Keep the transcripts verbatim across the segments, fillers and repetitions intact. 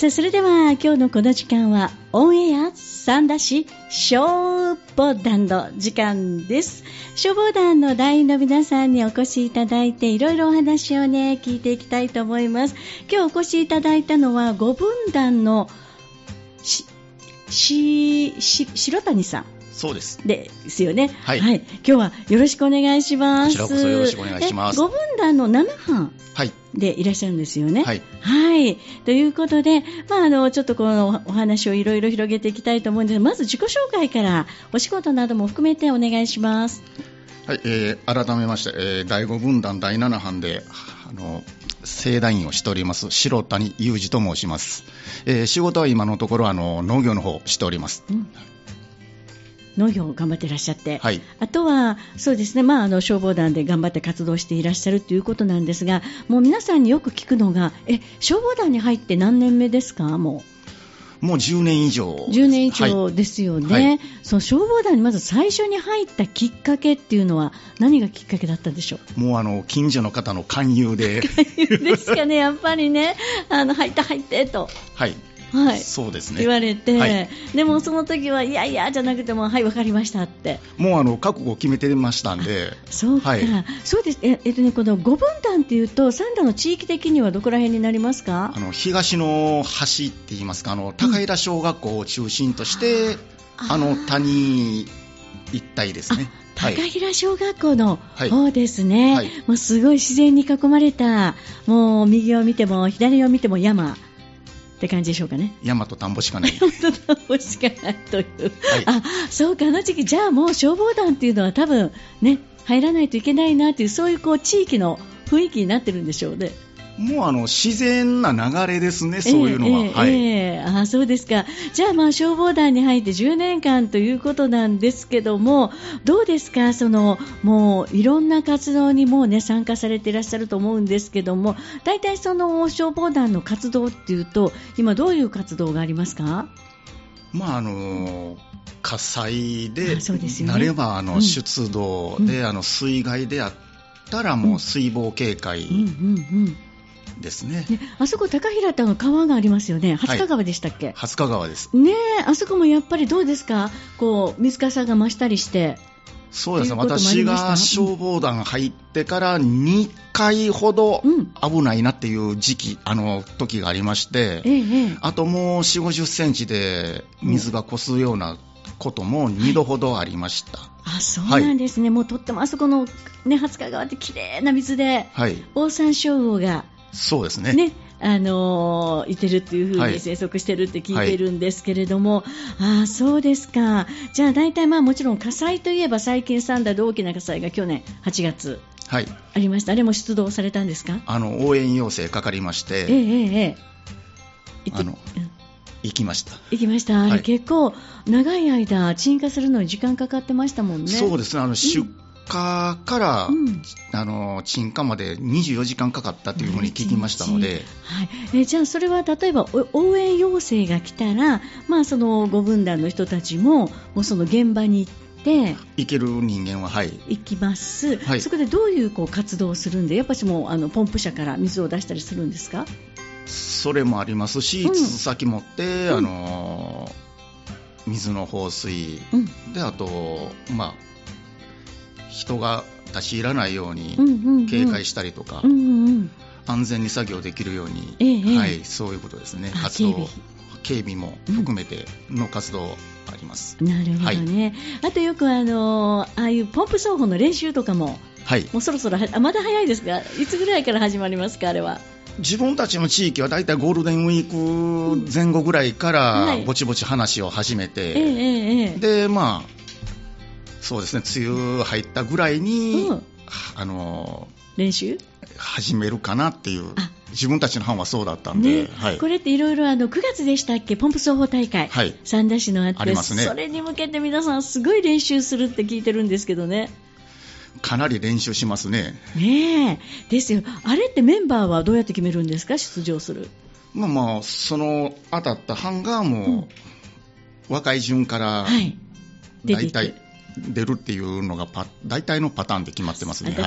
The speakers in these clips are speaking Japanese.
さあ、それでは今日のこの時間はオンエア三田市消防団の時間です。消防団の団員の皆さんにお越しいただいて、いろいろお話をね聞いていきたいと思います。今日お越しいただいたのはごぶん団のししし白谷さん。 そうですですよね、 はいはい、今日はよろしくお願いします。 こちらこそよろしくお願いします。 ごぶん団のなな班はいでいらっしゃるんですよね。 はい、 はい、ということで、まあ、あのちょっとこのお話をいろいろ広げていきたいと思うんですが、まず自己紹介からお仕事なども含めてお願いします。 はい、えー、改めまして、えー、だいごぶん団だいなな班であの正団員をしております白谷裕二と申します。えー、仕事は今のところあの農業の方しております。うん、 農業を頑張っていらっしゃって、 はい、 あとはそうですね、まあ、あの消防団で頑張って活動していらっしゃるということなんですが、もう皆さんによく聞くのが、え消防団に入って何年目ですか？もうもうじゅうねん以上じゅうねん以上ですよね。はいはい、その消防団にまず最初に入ったきっかけっていうのは何がきっかけだったでしょう？ もうあの近所の方の勧誘で勧誘ですかね。やっぱりね、あの入った入ってと、 はいはい、 そうですね、 言われて、 はい、 でもその時はいやいやじゃなくても、はい、わかりましたって、 もうあの覚悟を決めてましたんで。 そうか、はい、そうです。え、えっとね、このごぶん団っていうと三田の地域的にはどこら辺になりますか？ あの東の端って言いますか、あの高平小学校を中心として、うん、あ, あの谷一帯ですね。 高平小学校の方ですね、はいはい、もうすごい自然に囲まれた、もう右を見ても左を見ても山って感じでしょうかね。 山と田んぼしかない。 山と田んぼしかないという、はい、あ、そうか、あの時期じゃあもう消防団っていうのは多分ね入らないといけないなという、そういうこう地域の雰囲気になってるんでしょうね。 もうあの自然な流れですね、そういうのは。 えーはいえー、あ、そうですか。じゃあまあ消防団に入ってじゅうねんかんということなんですけども、どうですか、そのもういろんな活動にもう、ね、参加されていらっしゃると思うんですけども、大体その消防団の活動っていうと今どういう活動がありますか？ まああの火災でなれば、あの出動で、うん、あの水害であったらもう水防警戒、うんうんうんですね。 ね、あそこ高平っての川がありますよね。初川川でしたっけ？はい、 初川川ですね。あそこもやっぱりどうですか、こう水かさが増したりして。 そうですね、私が消防団入ってからにかいほど危ないなっていう時期、うん、あの時がありまして、ええ、あともうよんじゅう、ごじゅっセンチで水が越すようなこともにどほどありました。はい、 あ、そうなんですね。はい、もうとってもあそこの、ね、初川川って綺麗な水で、はい、オオサンショウウオがそうですね。 ね、あのー、いてるっていう風に生息してるって聞いているんですけれども、はい、あ、そうですか。じゃあ大体まあもちろん火災といえば最近三田で大きな火災が去年はちがつ、はい、ありました。あれも出動されたんですか？ あの応援要請かかりまして、 ええええ、行って、 あの、うん、行きました。 行きました。あれ、はい、結構長い間鎮火するのに時間かかってましたもんね。 そうですね。あの出火から、うん、あの鎮火までにじゅうよじかんかかったというふうに聞きましたので、 はい、えじゃあそれは例えば応援要請が来たら、まあ、そのごぶん団の人たちも、もうその現場に行って行ける人間は、はい、 行きます、はい、そこでどういう、こう活動をするんで、やっぱりもうあのポンプ車から水を出したりするんですか？ それもありますし、筒先持って、うん、あの水の放水、うん、であと、まあ人が立ち入らないように警戒したりとか、うんうんうん、安全に作業できるように、ええ、はい、そういうことですね。活動、警備も含めての活動あります。 うん、なるほどね。はい、あとよくあのああいうポンプ奏法の練習とかも、はい、もうそろそろあまだ早いですが、いつぐらいから始まりますか？あれは自分たちの地域はだいたいゴールデンウィーク前後ぐらいからぼちぼち話を始めて、うん、ええ、でまあそうですね、梅雨入ったぐらいに、うん、あの練習始めるかなっていう、自分たちの班はそうだったんで、 ね、はい、これっていろいろくがつでしたっけ、ポンプ奏法大会、はい、三田市のあって、 ありますね。 それに向けて皆さんすごい練習するって聞いてるんですけどね。 かなり練習しますね。 ねえ、ですよ。あれってメンバーはどうやって決めるんですか、出場する。 まあまあ、その当たった班がもう、うん、若い順から大体、はい出るっていうのがパ大体のパターンで決まってますね。はい、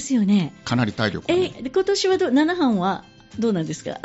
体力いりますよね。 かなり体力、ね、 え今年はどなな班はどうなんですか？ いや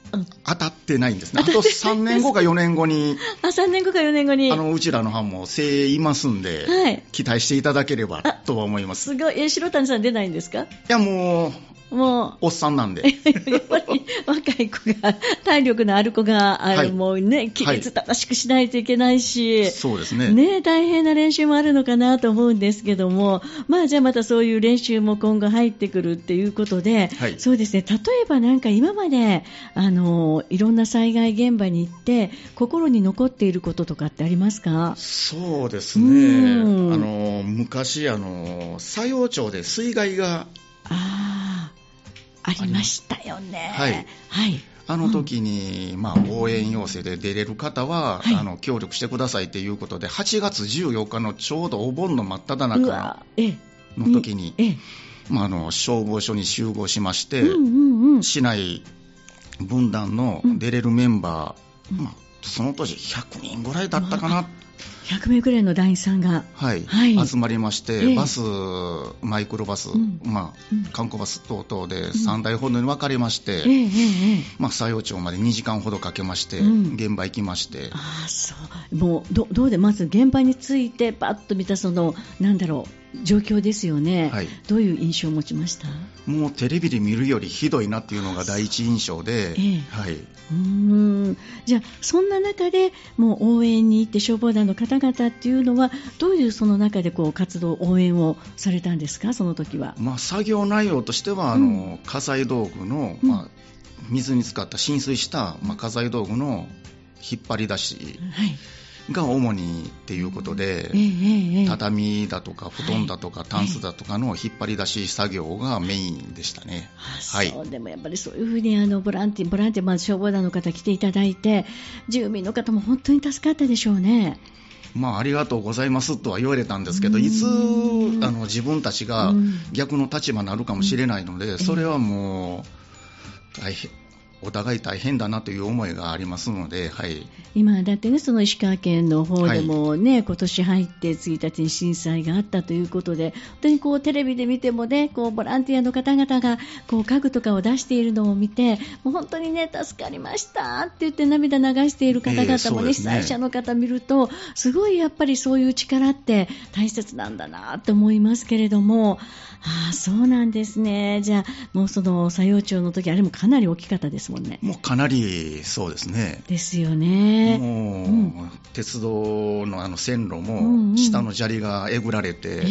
当たってないんですね。あとさんねんごかよねんごにあ、さんねんごかよねんごにあのうちらの班も精鋭いますんで、はい、期待していただければとは思います。 すごい。え、白谷さん出ないんですか？いや、もうもうおっさんなんでやっぱり若い子が体力のある子がある、はい、もうね、規律正しくしないといけないし、はい、 そうですね。 ね、大変な練習もあるのかなと思うんですけども、まあじゃあまたそういう練習も今後入ってくるっていうことで、はい、そうですね。例えばなんか今まであのいろんな災害現場に行って心に残っていることとかってありますか？ そうですね。あの昔あの佐用町で水害があありましたよね。 はい、はい、あの時に、うん、まあ、応援要請で出れる方は、はい、あの協力してくださいということではちがつじゅうよっかのちょうどお盆の真っ只中の時に、ええまあ、あの消防署に集合しまして、うんうんうん、市内分団の出れるメンバー、うんまあ、その当時ひゃくにんぐらいだったかな、うんひゃくめいくらいの団員さんが、 はいはい、集まりまして、えー、バス、マイクロバス、うんまあうん、観光バス等々でさんだいほどに分かれまして、うんえーえーまあ、佐用町までにじかんほどかけまして、うん、現場行きまして、 あそうもう ど, どうでまず現場についてパッと見たそのなんだろう状況ですよね、はい、どういう印象を持ちました？ もうテレビで見るよりひどいなっていうのが第一印象で、えーはい、 うーんじゃあそんな中でもう応援に行って消防団の方々っていうのはどういうその中でこう活動応援をされたんですか？その時は、 まあ、作業内容としてはあの、うん、家財道具の、まあ、水に浸かった浸水した、まあ、家財道具の引っ張り出し、はいが主にっていうことで、えーえー、畳だとか布団だとか、はい、タンスだとかの引っ張り出し作業がメインでしたね。 はい、そうでもやっぱりそういうふうにあのボランティア、ボランティア、まあ、消防団の方来ていただいて住民の方も本当に助かったでしょうね。 まあ、ありがとうございますとは言われたんですけどいつあの自分たちが逆の立場になるかもしれないのでそれはもう大変お互い大変だなという思いがありますので、はい、 今だってねその石川県の方でもね、はい、今年入ってついたちに震災があったということで本当にこうテレビで見てもねこうボランティアの方々がこう家具とかを出しているのを見てもう本当にね助かりましたって言って涙流している方々もね、えー、ね被災者の方見るとすごいやっぱりそういう力って大切なんだなと思いますけれどもああそうなんですね。じゃあもうその佐用町の時あれもかなり大きかったですもんね。 もうかなりそうですね。 ですよね。 もう、うん、鉄道のあの線路も下の砂利がえぐられて、うんうん、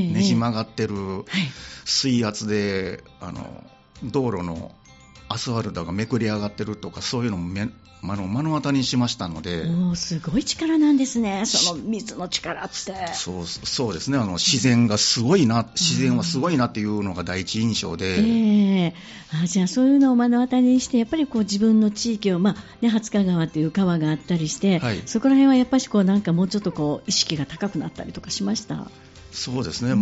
ねじ曲がってる水圧であの道路のアスファルトがめくり上がってるとかそういうのもめあの目の当たりにしましたのでおすごい力なんですね。その水の力ってそうそうですねあの自然がすごいな、うん、自然はすごいなっていうのが第一印象で、えー、あじゃあそういうのを目の当たりにしてやっぱりこう自分の地域を、まあね、廿日川という川があったりして、はい、そこら辺はやっぱりこうなんかもうちょっとこう意識が高くなったりとかしました？ そうですね、うん、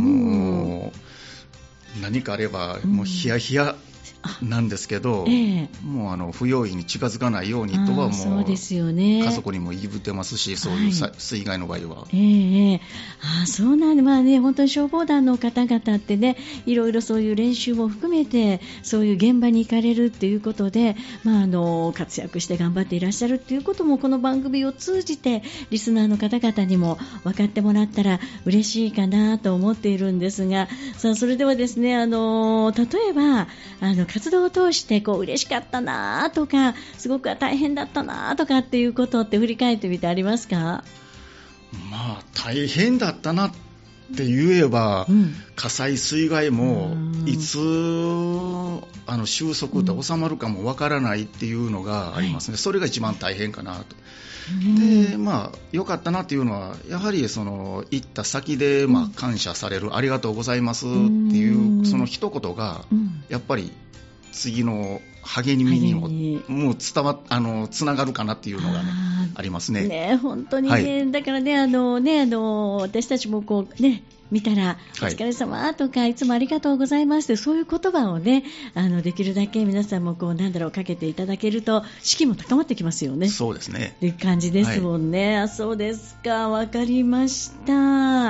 もう何かあればもうヒヤヒヤなんですけど、えー、もうあの不用意に近づかないようにとはもうそうですよね、 家族にも言いてますしそういう、はい、水害の場合は、 えー、あそうなんで、まあね、本当に消防団の方々ってねいろいろそういう練習も含めてそういう現場に行かれるっていうことで、まあ、あの活躍して頑張っていらっしゃるっていうこともこの番組を通じてリスナーの方々にも分かってもらったら嬉しいかなと思っているんですがさあそれではですねあの例えばあの活動を通してこう嬉しかったなとかすごく大変だったなとかっていうことって振り返ってみてありますか？まあ大変だったなって言えば、うん、火災水害もいつあの収束って収まるかもわからないっていうのがありますね、はい、それが一番大変かなと。でまあ良かったなっていうのはやはりその行った先でまあ感謝される、うん、ありがとうございますっていうその一言がやっぱり次の励みにももう伝わあのつながるかなっていうのが、ね、あ, ありますね。 ね本当にね、はい、だからねあのねあの私たちもこうね見たらお疲れ様とか、はい、いつもありがとうございますってそういう言葉をねあのできるだけ皆さんもこうなんだろうかけていただけると士気も高まってきますよね。 そうですねっていう感じですもんね、はい、あそうですかわかりました、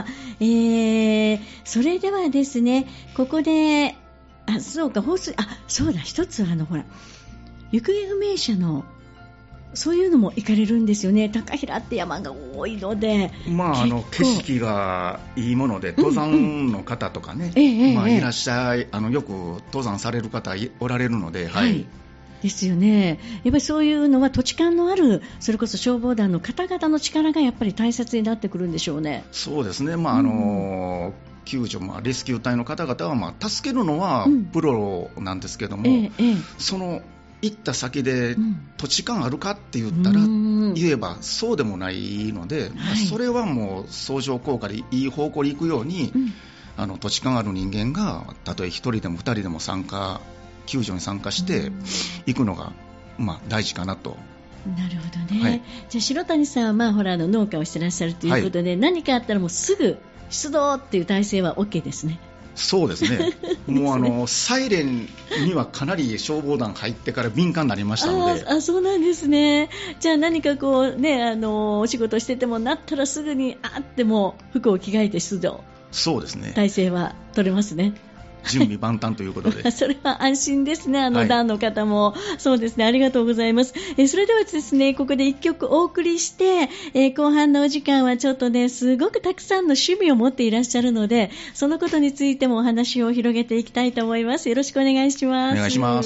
えー、それではですねここであそうか放水あそうだ一つあのほら行方不明者のそういうのも行かれるんですよね。高平って山が多いので、 まあ、あの景色がいいもので登山の方とかね、うんうん、まあ、いらっしゃい、あのよく登山される方おられるので、はい、はい、 ですよね。やっぱりそういうのは土地勘のあるそれこそ消防団の方々の力がやっぱり大切になってくるんでしょうね。 そうですね、まああのーうん、救助、まあ、レスキュー隊の方々は、まあ、助けるのはプロなんですけども、うんええ、その行った先で土地勘あるかって言ったら、うん、言えばそうでもないので、はい、まあ、それはもう相乗効果でいい方向に行くように、うん、あの土地勘ある人間がたとえひとりでもふたりでも参加救助に参加していくのが、まあ、大事かなと。 なるほどね、はい、じゃあ白谷さんは、まあ、ほらあの農家をしてらっしゃるということで、はい、何かあったらもうすぐ出動っていう体制は OK ですね。 そうですねもうあのサイレンにはかなり消防団入ってから敏感になりましたので。 ああ、そうなんですね。じゃあ何かこう、ね、あのお仕事しててもなったらすぐにあっても服を着替えて出動。 そうですね、 体制は取れますね。 準備万端ということでそれは安心ですね。あの団の方も、はい、そうですね、ありがとうございます。えそれではですね、ここでいっきょくお送りして、えー、後半のお時間はちょっとね、すごくたくさんの趣味を持っていらっしゃるので、そのことについてもお話を広げていきたいと思います。よろしくお願いします。 お願いします。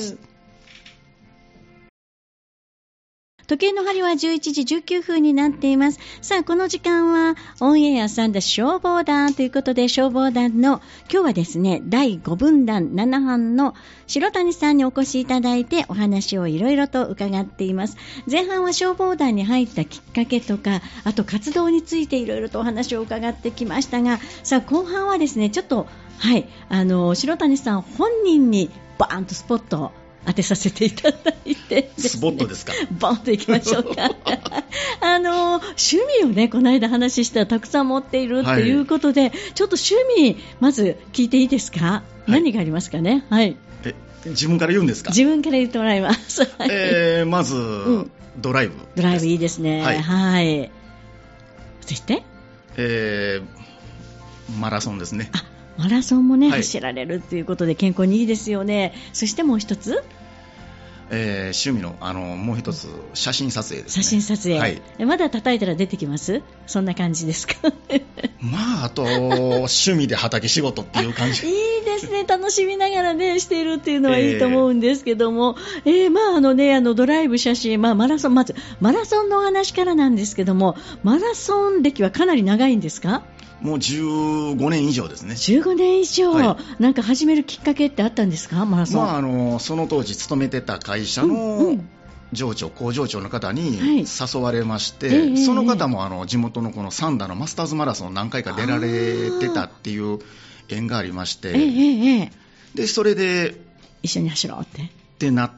時計の針はじゅういちじじゅうきゅうふんになっています。さあ、この時間はオンエアサンダ消防団ということで、消防団の今日はですね、だいごぶんだんななはんの白谷さんにお越しいただいてお話をいろいろと伺っています。前半は消防団に入ったきっかけとか、あと活動についていろいろとお話を伺ってきましたが、さあ後半はですね、ちょっとはいあの白谷さん本人にバーンとスポットを当てさせていただいて、ね、 スポットですか。 ボンといきましょうかあの趣味をね、この間話したらたくさん持っているっていうことで、はい、ちょっと趣味まず聞いていいですか、はい、何がありますかね。はい、 え自分から言うんですか。 自分から言ってもらいます、はい、 えー、まず、うん、ドライブドライブいいですね。はい、はい、そして、 えー、マラソンですね。 あ、マラソンもね、 はい、 走られるということで健康にいいですよね。そしてもう一つ、 えー、趣味の、あのもう一つ写真撮影ですね。 写真撮影、はい、まだ叩いたら出てきます。そんな感じですかまああと趣味で畑仕事っていう感じいいですね。楽しみながらねしているっていうのはいいと思うんですけども、えーえー、まああのねあのドライブ写真、まあ、マラソンまずマラソンのお話からなんですけども、マラソン歴はかなり長いんですか。 もうじゅうごねん以上ですね。 じゅうごねん以上、はい、なんか始めるきっかけってあったんですか、マラソン。 まあ、あのその当時勤めてた会社の上長、工場長の方に誘われまして、はい、その方もあの地元のこの三田のマスターズマラソン何回か出られてたっていう縁がありまして、でそれで一緒に走ろうってってなって、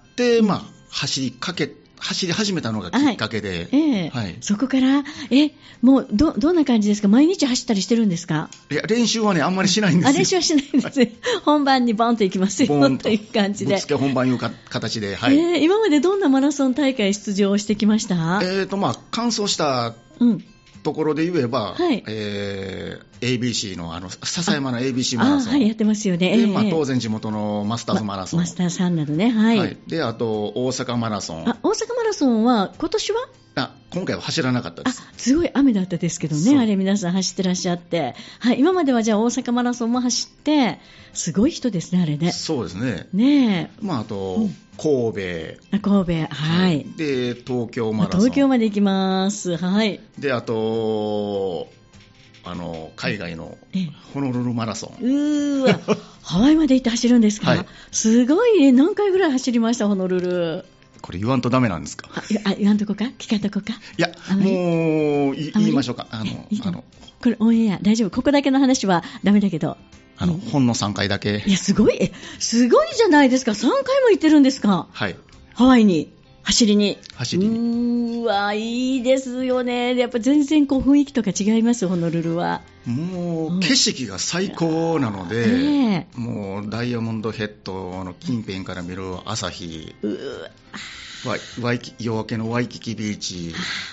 まあ、走りかけ走り始めたのがきっかけで、はいえーはい、そこからえもう ど, どんな感じですか。毎日走ったりしてるんですか。 いや練習はねあんまりしないんですよ。 あ練習はしないんです、はい、本番にボンと行きますよという感じでぶつけ本番いうか形で、はいえー、今までどんなマラソン大会出場してきました。 えーとまあ、完走したところで言えば、はいえー、エービーシー の, あの笹山の エービーシー マラソン、 はい、やってますよね。 でまあ、当然地元のマスターズマラソン、 ま、マスターさんなどね、はいはい、 であと大阪マラソン。 あ大阪マラソンは今年はあ今回は走らなかったです。 あすごい雨だったですけどね、あれ皆さん走ってらっしゃって、はい、今まではじゃあ大阪マラソンも走ってすごい人ですねあれね。 そうですね。 ねえ、 まあ、あと、うん、神戸神戸、はいはい、 で東京マラソン、 東京まで行きます、はい、 であとあの海外のホノルルマラソン。 うーわハワイまで行って走るんですか、はい、すごいね。何回ぐらい走りましたホノルル。 これ言わんとダメなんですか。 あ言わんとこか聞かんとこか。 いやもう言いましょうか。あのいいあのこれオンエア大丈夫。ここだけの話はダメだけどあの、うん、ほんのさんかいだけ。 いやすごいえすごいじゃないですか。さんかいも行ってるんですか。 はい、 ハワイに走りに走りにうーわいいですよね。やっぱ全然こう雰囲気とか違いますホノルルは。 もう景色が最高なので、うんね、もうダイヤモンドヘッドの近辺から見る朝日、うワイワイ夜明けのワイキキビーチ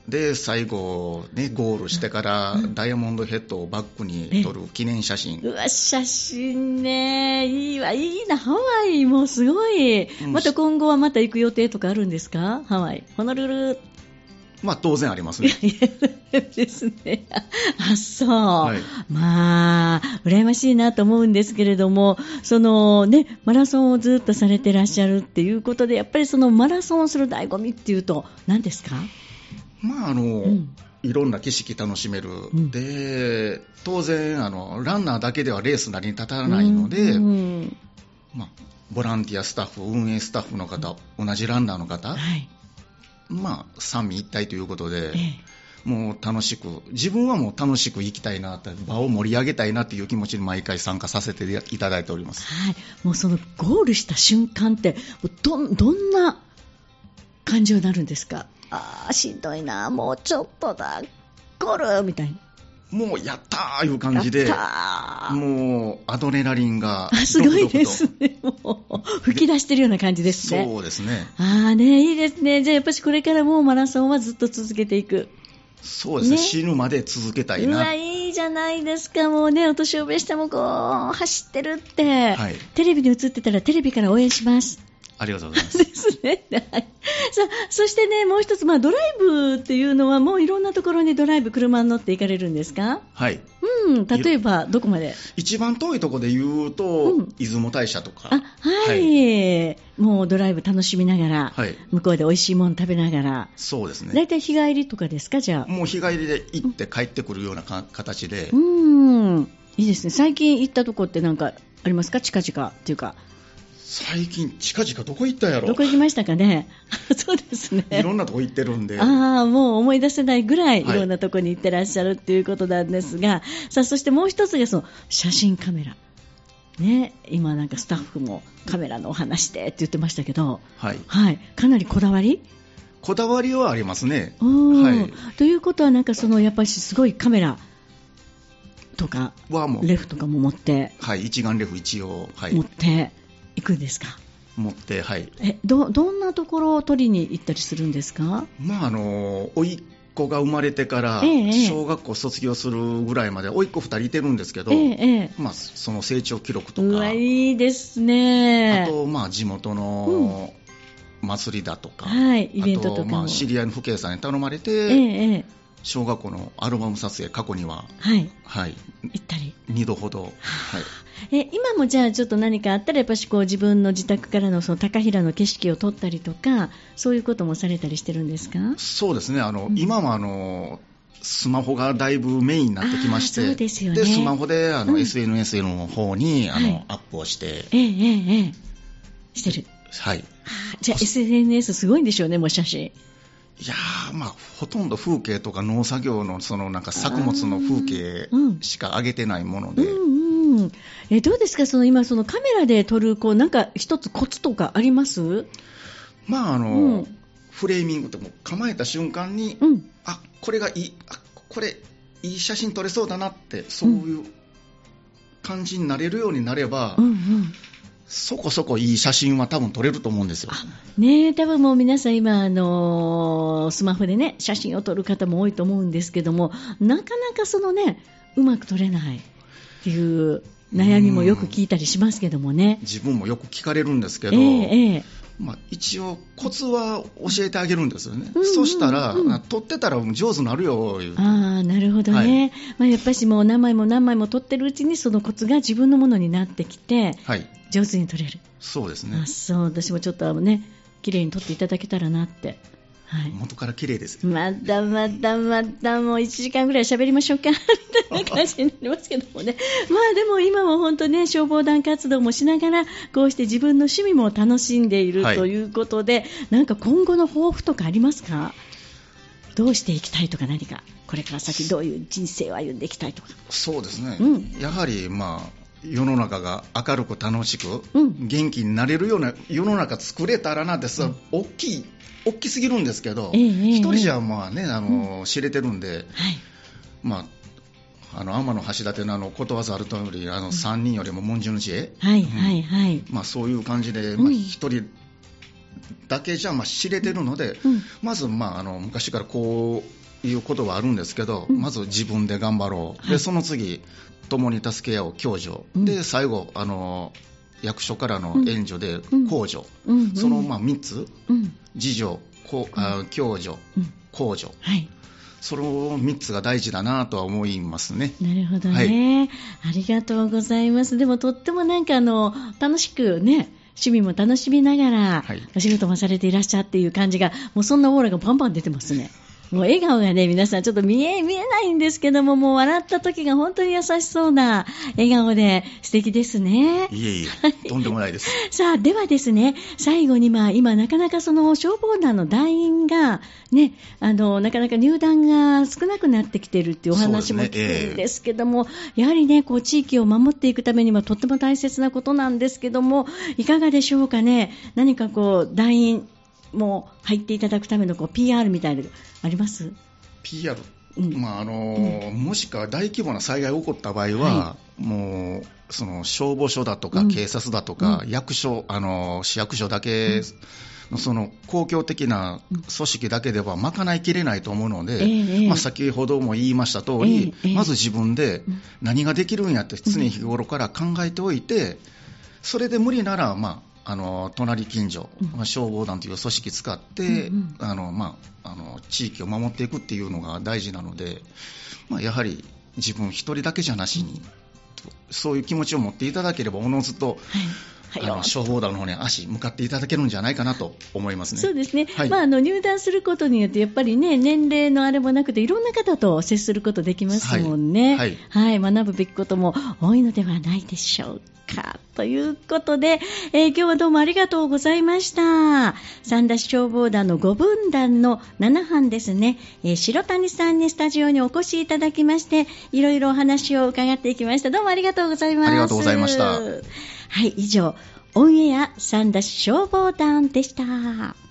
で最後、ね、ゴールしてからダイヤモンドヘッドをバックに撮る記念写真。 うわ、写真ね、いいわ、いいな。ハワイもすごい。また今後はまた行く予定とかあるんですか？ハワイ、ホノルル。 まあ当然ありますね。 いやですね。あ、そう、 はい、 まあ羨ましいなと思うんですけれども、そのね、マラソンをずっとされてらっしゃるっていうことで、やっぱりそのマラソンをする醍醐味っていうと何ですか？ まああの、うん、いろんな景色楽しめる、うん、で当然あのランナーだけではレース成り立たないので、うんうん、まあ、ボランティアスタッフ、運営スタッフの方、うん、同じランナーの方、はい、まあ、三位一体ということで、ええ、もう楽しく、自分はもう楽しく行きたいな、場を盛り上げたいなという気持ちに毎回参加させていただいております。 はい、もうそのゴールした瞬間ってど、どんな感情になるんですか？あー、しんどいな、もうちょっとだ、ゴールみたいな。 もうやったーいう感じで、もうアドレナリンがドクドクと。 すごいですね。もう吹き出してるような感じですね。 そうですね。 あーね、いいですね。じゃあやっぱりこれからもマラソンはずっと続けていく。 そうですね。ね、死ぬまで続けたいな。 うわ、いいじゃないですか。もうね、お年を召してもこう走ってるって、はい、テレビに映ってたらテレビから応援します。 ありがとうございます。 ですね。さあ、そしてね、もう一つ、まあ、ドライブっていうのはもういろんなところにドライブ車に乗って行かれるんですか？ はい。 うん、例えばどこまで？ 一番遠いところで言うと、うん、出雲大社とか。 あ、はい、はい。もうドライブ楽しみながら、はい、向こうで美味しいもの食べながら。 そうですね。 だいたい日帰りとかですか？じゃあ。 もう日帰りで行って帰ってくるようなか、うん、形で。 うん、いいですね。最近行ったとこってなんかありますか？近々っていうか。 最近近々どこ行ったやろ？ どこ行きましたかね？そうですね。 いろんなとこ行ってるんで。 ああ、もう思い出せないぐらいいろんなとこに行ってらっしゃるっていうことなんですが、はい、さあ、そしてもう一つがその写真カメラ。ね、今なんかスタッフもカメラのお話でって言ってましたけど、はい。はい、かなりこだわり？ こだわりはありますね。 はい。ということはなんかそのやっぱりすごいカメラとかはもうレフとかも持って、 はい、一眼レフ一応、はい、 持って。行くんですか？ 持って、はい。 え、ど、どんなところを取りに行ったりするんですか？ まあ、あの、甥っ子が生まれてから、ええ、小学校卒業するぐらいまで、甥っ子ふたりいてるんですけど、ええ、まあ、その成長記録とか。 うわ、いいですね。 あと、まあ、地元の祭りだとか、 うん、はい、イベントとかも。 あと、まあ、知り合いの父兄さんに頼まれて、ええ、小学校のアルバム撮影、過去には、はい、はい、 行ったり。 にどほど。はい。 え、今もじゃあちょっと何かあったらやっぱしこう自分の自宅からのその高平の景色を撮ったりとか、そういうこともされたりしてるんですか？ そうですね。あの、うん、今はあのスマホがだいぶメインになってきまして、 そうですよね。 でスマホであの、うん、エスエヌエス の方にあの、はい、アップをして、 ええええしてる。 はい。 じゃあ エスエヌエス すごいんでしょうね、もう写真。 いやー、まあ、ほとんど風景とか農作業のそのなんか作物の風景しか上げてないもので、うんうんうん、えどうですか、その今そのカメラで撮るこうなんか一つコツとかあります？ まああの、うん、フレーミングってもう構えた瞬間に、うん、あこれがいい、あこれいい写真撮れそうだなってそういう感じになれるようになれば、うんうん、そこそこいい写真は多分撮れると思うんですよ。 ねえ、多分もう皆さん今、あのー、スマホでね写真を撮る方も多いと思うんですけども、なかなかそのねうまく撮れないっていう悩みもよく聞いたりしますけどもね。 自分もよく聞かれるんですけど、えーえーまあ、一応コツは教えてあげるんですよね、うんうんうん、そしたら撮ってたら上手になるよ言うて。 ああ、なるほどね、はい、まあ、やっぱりもう何枚も何枚も撮ってるうちにそのコツが自分のものになってきて、はい、上手に撮れる。 そうですね。 あ、そう、私もちょっとね綺麗に撮っていただけたらなって、 はい、元から綺麗です。 まだまだまだもういちじかんぐらい喋りましょうかみたいな感じになりますけどもねまあでも今も本当ね消防団活動もしながらこうして自分の趣味も楽しんでいる、はい、ということで、なんか今後の抱負とかありますか？どうしていきたいとか、何かこれから先どういう人生を歩んでいきたいとか。 そうですね、うん、やはりまあ世の中が明るく楽しく、うん、元気になれるような世の中作れたらなってさ、うん、大きい大きすぎるんですけど、えー、一人じゃまあね、あの、うん、知れてるんで、はい、まあ、あの天橋立のあのことわざあるとおり、あのさんにんよりも文殊の知恵、はいはいはい、まあ、そういう感じで、まあ、一人だけじゃまあ知れてるので、うん、まず、まあ、あの昔からこういうことはあるんですけど、うん、まず自分で頑張ろう、はい、でその次共に助け合う共助、うん、で最後あの役所からの援助で公助、うんうん、そのまあみっつ、うん、自助、こあ共助、うん、公助、はい、そのみっつが大事だなとは思いますね。 なるほどね、はい、ありがとうございます。でもとってもなんかあの楽しくね、趣味も楽しみながら、はい、お仕事もされていらっしゃっていう感じが、もうそんなオーラがバンバン出てますね。もう笑顔がね、皆さんちょっと見え、見えないんですけども、もう笑った時が本当に優しそうな笑顔で素敵ですね。 いえいえ、とんでもないです。 さあ、ではですね、最後に、まあ、今なかなかその消防団の団員がね、あの、なかなか入団が少なくなってきているっていうお話も聞くんですけども、ねえー、やはりね、こう地域を守っていくためにはとっても大切なことなんですけども、いかがでしょうかね。何かこう、団員も入っていただくためのこう ピーアール みたいなのあります？ ピーアール、うん、まああのーうん、もしくは大規模な災害が起こった場合は、はい、もうその消防署だとか、うん、警察だとか、うん、役所、あのー、市役所だけのその公共的な組織だけでは賄いきれないと思うので、うんまあ、先ほども言いました通り、えーえー、まず自分で何ができるんやって常日頃から考えておいて、それで無理ならまああの隣近所、うん、消防団という組織使って、うんうんあのまあ、あの地域を守っていくっていうのが大事なので、まあ、やはり自分一人だけじゃなしに、うん、そういう気持ちを持っていただければおのずと、はいはい、あの消防団の方に足向かっていただけるんじゃないかなと思いますね。 そうですね、はいまあ、あの入団することによってやっぱりね、年齢のあれもなくていろんな方と接することできますもんね、はいはいはい、学ぶべきことも多いのではないでしょうか。ということで、えー、今日はどうもありがとうございました。三田市消防団のごぶん団のなな班ですね、えー、白谷さんにスタジオにお越しいただきまして、いろいろお話を伺っていきました。どうもありがとうございます。 ありがとうございました。 はい、以上オンエア三田市消防団でした。